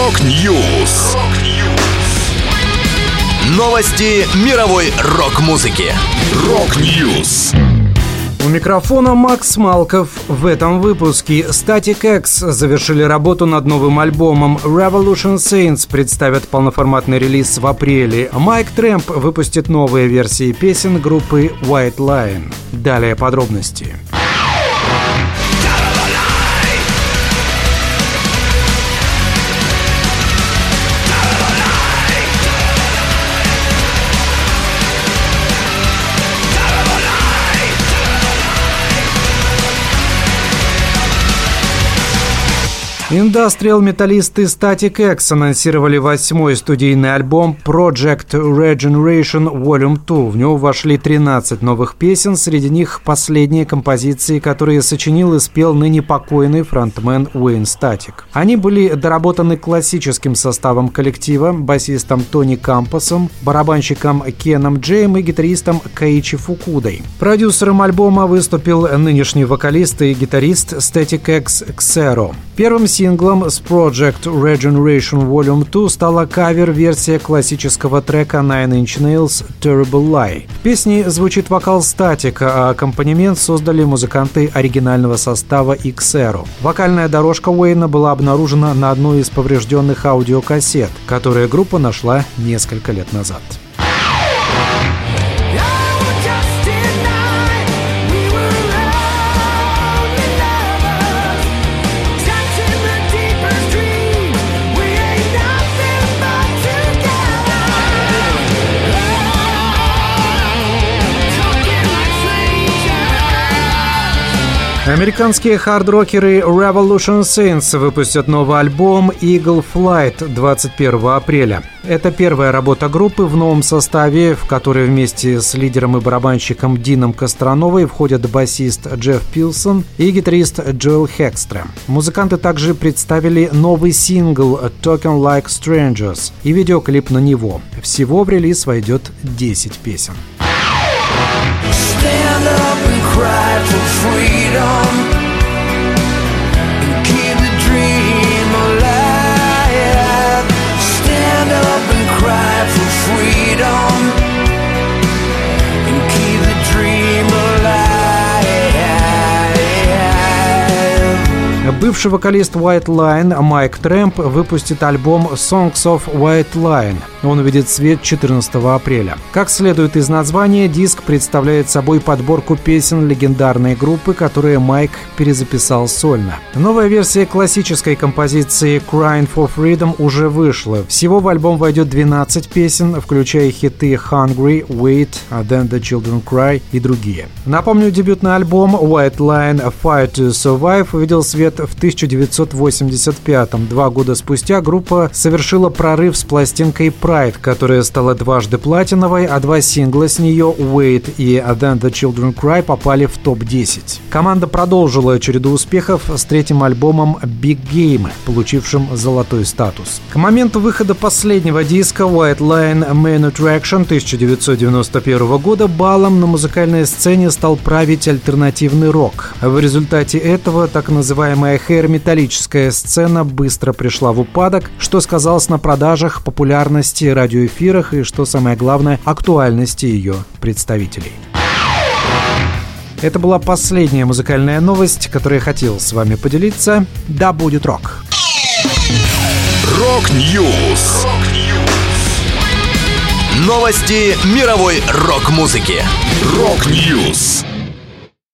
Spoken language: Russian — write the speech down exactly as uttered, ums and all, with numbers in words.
Рок-Ньюс. Новости мировой рок-музыки. Рок-Ньюс. У микрофона Макс Малков. В этом выпуске Static X завершили работу над новым альбомом. Revolution Saints представят полноформатный релиз в апреле. Майк Трэмп выпустит новые версии песен группы White Lion. Далее подробности. Индастриал-металлисты Static X анонсировали восьмой студийный альбом Project Regeneration Volume два. В него вошли тринадцать новых песен, среди них последние композиции, которые сочинил и спел ныне покойный фронтмен Уэйн Статик. Они были доработаны классическим составом коллектива, басистом Тони Кампосом, барабанщиком Кеном Джеем и гитаристом Каичи Фукудой. Продюсером альбома выступил нынешний вокалист и гитарист Static X Xero. Первым синглом с Project Regeneration Volume два стала кавер-версия классического трека Nine Inch Nails Terrible Lie. В песне звучит вокал Статика, а аккомпанемент создали музыканты оригинального состава Xero. Вокальная дорожка Уэйна была обнаружена на одной из поврежденных аудиокассет, которые группа нашла несколько лет назад. Американские хард-рокеры Revolution Saints выпустят новый альбом Eagle Flight двадцать первого апреля. Это первая работа группы в новом составе, в которой вместе с лидером и барабанщиком Дином Кострановой входят басист Джефф Пилсон и гитарист Джоэл Хекстра. Музыканты также представили новый сингл Talking Like Strangers и видеоклип на него. Всего в релиз войдет десять песен. Stand up and cry for freedom and keep the dream alive. Stand up and cry for freedom and keep the dream alive. Бывший вокалист White Lion Майк Трэмп выпустит альбом Songs of White Lion. Он увидит свет четырнадцатого апреля. Как следует из названия, диск представляет собой подборку песен легендарной группы, которые Майк перезаписал сольно. Новая версия классической композиции Crying for Freedom уже вышла. Всего в альбом войдет двенадцать песен, включая хиты Hungry, Wait, Then the Children Cry и другие. Напомню, дебютный альбом White Lion Fight to Survive увидел свет в тысяча девятьсот восемьдесят пятом. Два года спустя группа совершила прорыв с пластинкой Pride, которая стала дважды платиновой, а два сингла с нее Wait и Then the Children Cry попали в топ десять. Команда продолжила череду успехов с третьим альбомом Big Game, получившим золотой статус. К моменту выхода последнего диска White Lion Main Attraction тысяча девятьсот девяносто первого года балом на музыкальной сцене стал править альтернативный рок. В результате этого так называемая хэйр-металлическая сцена быстро пришла в упадок, что сказалось на продажах, популярности, радиоэфирах и, что самое главное, актуальности ее представителей. Это была последняя музыкальная новость, которую я хотел с вами поделиться. Да будет рок! Рок-Ньюс. Новости мировой рок-музыки. Рок-Ньюс.